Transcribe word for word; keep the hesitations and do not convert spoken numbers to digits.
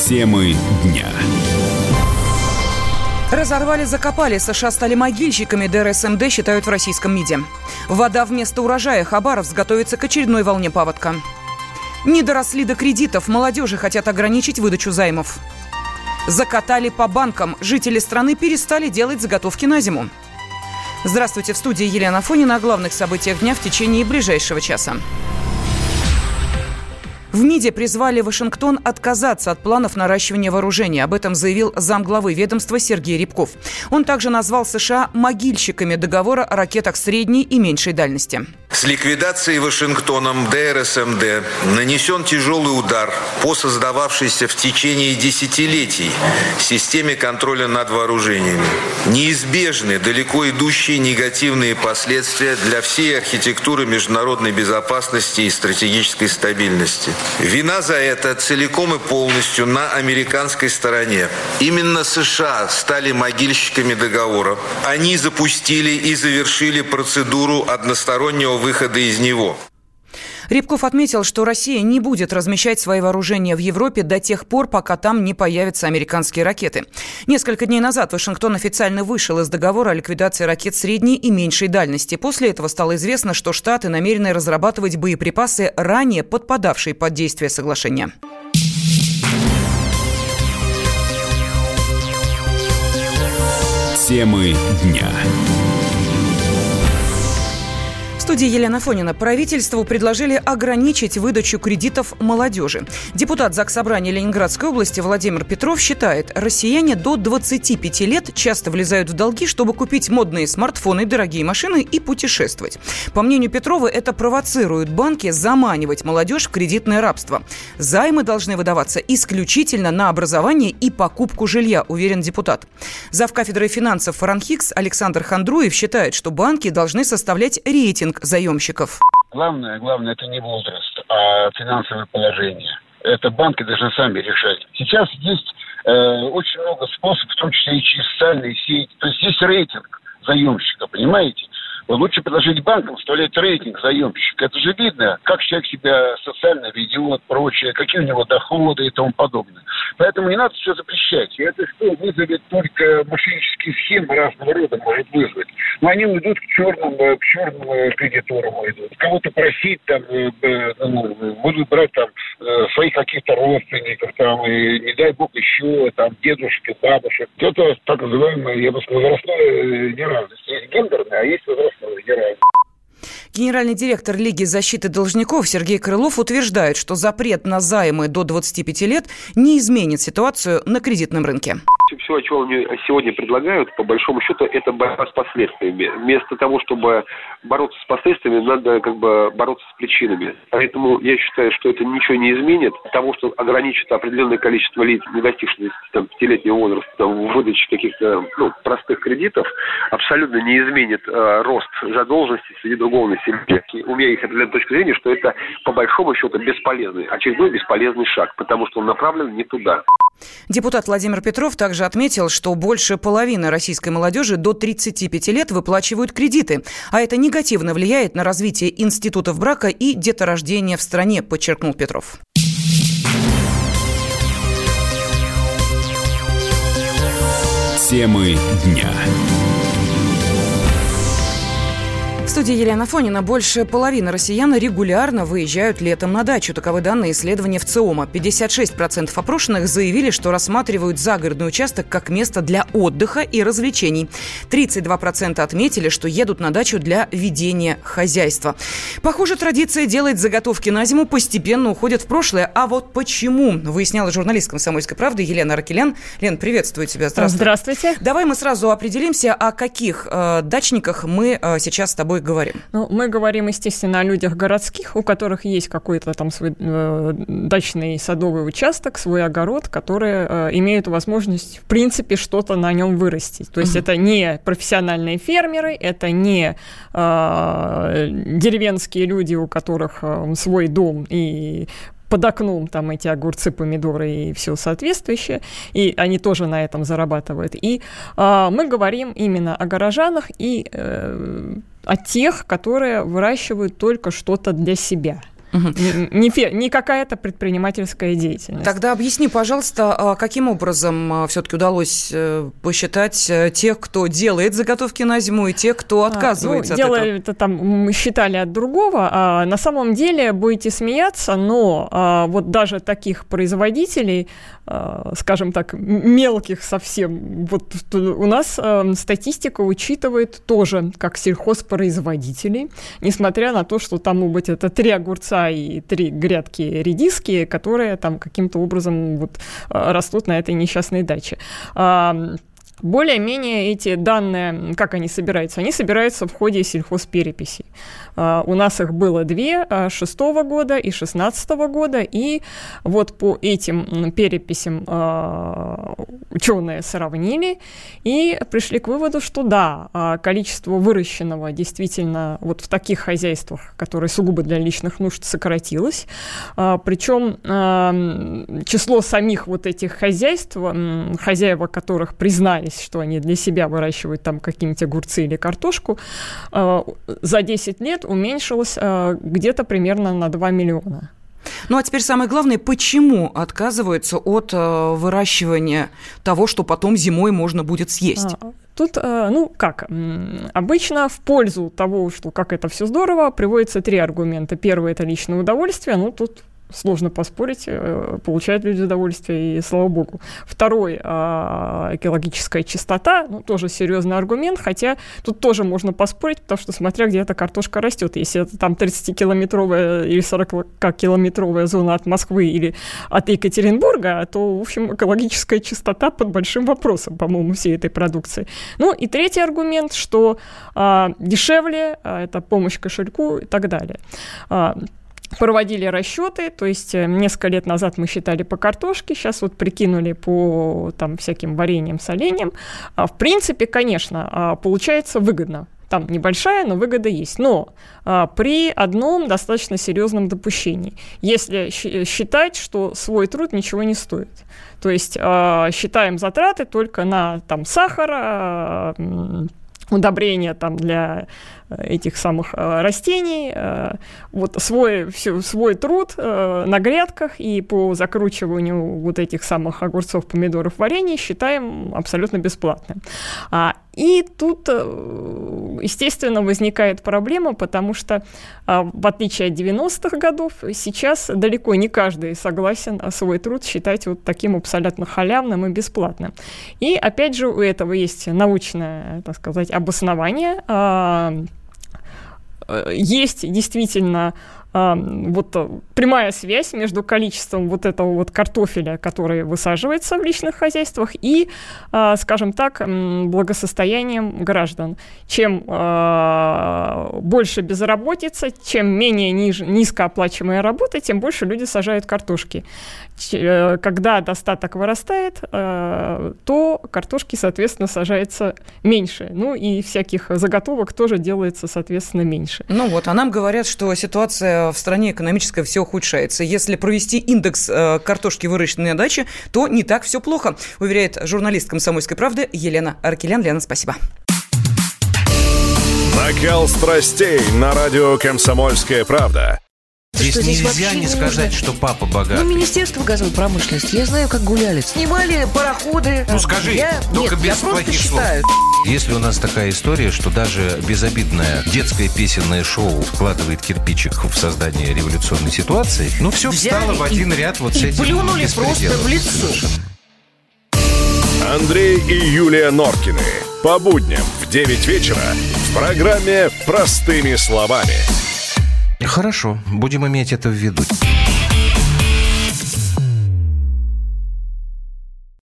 Темы дня. Разорвали, закопали. США стали могильщиками. ДР СМД считают в российском МИДе. Вода вместо урожая. Хабаровск готовится к очередной волне паводка. Не доросли до кредитов. Молодежи хотят ограничить выдачу займов. Закатали по банкам. Жители страны перестали делать заготовки на зиму. Здравствуйте, в студии Елена Афонина. О главных событиях дня в течение ближайшего часа. В МИДе призвали Вашингтон отказаться от планов наращивания вооружения. Об этом заявил замглавы ведомства Сергей Рябков. Он также назвал США могильщиками договора о ракетах средней и меньшей дальности. С ликвидацией Вашингтоном ДР СМД нанесен тяжелый удар по создававшейся в течение десятилетий системе контроля над вооружениями. Неизбежны далеко идущие негативные последствия для всей архитектуры международной безопасности и стратегической стабильности. Вина за это целиком и полностью на американской стороне. Именно США стали могильщиками договора. Они запустили и завершили процедуру одностороннего выхода из него. Рябков отметил, что Россия не будет размещать свои вооружения в Европе до тех пор, пока там не появятся американские ракеты. Несколько дней назад Вашингтон официально вышел из договора о ликвидации ракет средней и меньшей дальности. После этого стало известно, что Штаты намерены разрабатывать боеприпасы, ранее подпадавшие под действие соглашения. Темы дня. В студии Елена Афонина. Правительству предложили ограничить выдачу кредитов молодежи. Депутат Заксобрания Ленинградской области Владимир Петров считает, россияне до двадцати пяти лет часто влезают в долги, чтобы купить модные смартфоны, дорогие машины и путешествовать. По мнению Петрова, это провоцирует банки заманивать молодежь в кредитное рабство. Займы должны выдаваться исключительно на образование и покупку жилья, уверен депутат. Завкафедрой финансов РАНХИКС Александр Хандруев считает, что банки должны составлять рейтинг заемщиков. Главное, главное, это не возраст, а финансовое положение. Это банки должны сами решать. Сейчас есть э, очень много способов, в том числе и через социальные сети. То есть есть рейтинг заемщика, понимаете? Лучше предложить банкам вставлять рейтинг заемщика. Это же видно, как человек себя социально ведет, прочее, какие у него доходы и тому подобное. Поэтому не надо все запрещать. И это что, вызовет только мошеннические схемы разного рода, может вызвать. Но они уйдут к черному, к черному кредиторам уйдут. Кого-то просить, там, ну, будут брать там своих каких-то родственников, там, и, не дай бог, еще там дедушки, бабушек. Это так называемое, я бы сказал, возрастное неравенство. Есть гендерное, а есть возрастное. Генеральный директор Лиги защиты должников Сергей Крылов утверждает, что запрет на займы до двадцати пяти лет не изменит ситуацию на кредитном рынке. Все, о чем они сегодня предлагают, по большому счету, это борьба с последствиями. Вместо того, чтобы бороться с последствиями, надо как бы бороться с причинами. Поэтому я считаю, что это ничего не изменит. Того, что ограничит определенное количество лиц, не достигших пятилетнего возраста, там, в выдаче каких-то ну, простых кредитов, абсолютно не изменит э, рост задолженности среди другого населения. У меня есть определенная точка зрения, что это по большому счету бесполезный, очередной бесполезный шаг, потому что он направлен не туда. Депутат Владимир Петров также отметил, что больше половины российской молодежи до тридцати пяти лет выплачивают кредиты, а это негативно влияет на развитие институтов брака и деторождения в стране, подчеркнул Петров. Темы дня. В студии Елена Афонина. Больше половины россиян регулярно выезжают летом на дачу. Таковы данные исследования ВЦИОМа. пятьдесят шесть процентов опрошенных заявили, что рассматривают загородный участок как место для отдыха и развлечений. тридцать два процента отметили, что едут на дачу для ведения хозяйства. Похоже, традиция делать заготовки на зиму постепенно уходит в прошлое. А вот почему, выясняла журналист «Комсомольской правды» Елена Аракелян. Лен, приветствую тебя. Здравствуй. Здравствуйте. Давай мы сразу определимся, о каких э, дачниках мы э, сейчас с тобой говорим? Ну, мы говорим, естественно, о людях городских, у которых есть какой-то там свой э, дачный садовый участок, свой огород, которые э, имеют возможность, в принципе, что-то на нем вырастить. То есть mm-hmm. это не профессиональные фермеры, это не э, деревенские люди, у которых э, свой дом и под окном там эти огурцы, помидоры и все соответствующее, и они тоже на этом зарабатывают. И э, мы говорим именно о горожанах и э, о тех, которые выращивают только что-то для себя. Угу. Не, не какая-то предпринимательская деятельность. Тогда объясни, пожалуйста, каким образом все-таки удалось посчитать тех, кто делает заготовки на зиму, и тех, кто отказывается а, ну, от дело этого? Это там мы считали от другого. А, на самом деле, будете смеяться, но а, вот даже таких производителей, а, скажем так, мелких совсем, вот у нас а, статистика учитывает тоже как сельхозпроизводителей, несмотря на то, что там, может быть, это три огурца и три грядки редиски, которые там каким-то образом вот растут на этой несчастной даче. Более-менее эти данные, как они собираются? Они собираются в ходе сельхозпереписей. Uh, у нас их было две, шестого года и шестнадцатого года, и вот по этим переписям uh, ученые сравнили и пришли к выводу, что да, uh, количество выращенного действительно вот в таких хозяйствах, которые сугубо для личных нужд, сократилось, uh, причем uh, число самих вот этих хозяйств, um, хозяева которых признались, что они для себя выращивают там какие-нибудь огурцы или картошку, uh, за десять лет уменьшилось э, где-то примерно на два миллиона. Ну, а теперь самое главное, почему отказываются от э, выращивания того, что потом зимой можно будет съесть? А, тут, э, ну, как, обычно в пользу того, что как это все здорово, приводятся три аргумента. Первый – это личное удовольствие, ну, тут сложно поспорить, получают люди удовольствие, и слава богу. Второй – экологическая чистота, ну, тоже серьезный аргумент, хотя тут тоже можно поспорить, потому что смотря где эта картошка растет. Если это там тридцатикилометровая или сорокакилометровая зона от Москвы или от Екатеринбурга, то, в общем, экологическая чистота под большим вопросом, по-моему, всей этой продукции. Ну, и третий аргумент, что а, дешевле, а, это помощь кошельку и так далее. А, Проводили расчеты, то есть несколько лет назад мы считали по картошке, сейчас вот прикинули по там, всяким вареньям, соленьям. В принципе, конечно, получается выгодно. Там небольшая, но выгода есть. Но а, при одном достаточно серьезном допущении. Если считать, что свой труд ничего не стоит. То есть а, считаем затраты только на там, сахар, а, удобрения там, для этих самых э, растений, э, вот свой, все, свой труд э, на грядках и по закручиванию вот этих самых огурцов, помидоров, варенья считаем абсолютно бесплатным. А, и тут, э, естественно, возникает проблема, потому что, э, в отличие от девяностых годов, сейчас далеко не каждый согласен свой труд считать вот таким абсолютно халявным и бесплатным. И, опять же, у этого есть научное, так сказать, обоснование. Э, Есть действительно э, вот, прямая связь между количеством вот этого вот картофеля, который высаживается в личных хозяйствах, и, э, скажем так, благосостоянием граждан. Чем э, больше безработица, чем менее ниж, низкооплачиваемая работа, тем больше люди сажают картошки. Ч, когда достаток вырастает, э, то картошки, соответственно, сажается меньше. Ну и всяких заготовок тоже делается, соответственно, меньше. Ну вот, а нам говорят, что ситуация в стране экономическая все ухудшается. Если провести индекс э, картошки, выращенной на даче, то не так все плохо, уверяет журналист «Комсомольской правды» Елена Аркелян. Лена, спасибо. Накал страстей на радио «Комсомольская правда». Здесь, что, здесь нельзя не сказать, нельзя. что папа богатый. Ну, Министерство газовой промышленности, я знаю, как гуляли. Снимали пароходы. Ну, скажи, я... только Нет, без я плохих слов. считаю. Если у нас такая история, что даже безобидное детское песенное шоу вкладывает кирпичик в создание революционной ситуации, ну, все Взяли встало в один и, ряд вот и с этим плюнули просто в лицо. совершенно. Андрей и Юлия Норкины. По будням в девять вечера в программе «Простыми словами». Хорошо, будем иметь это в виду.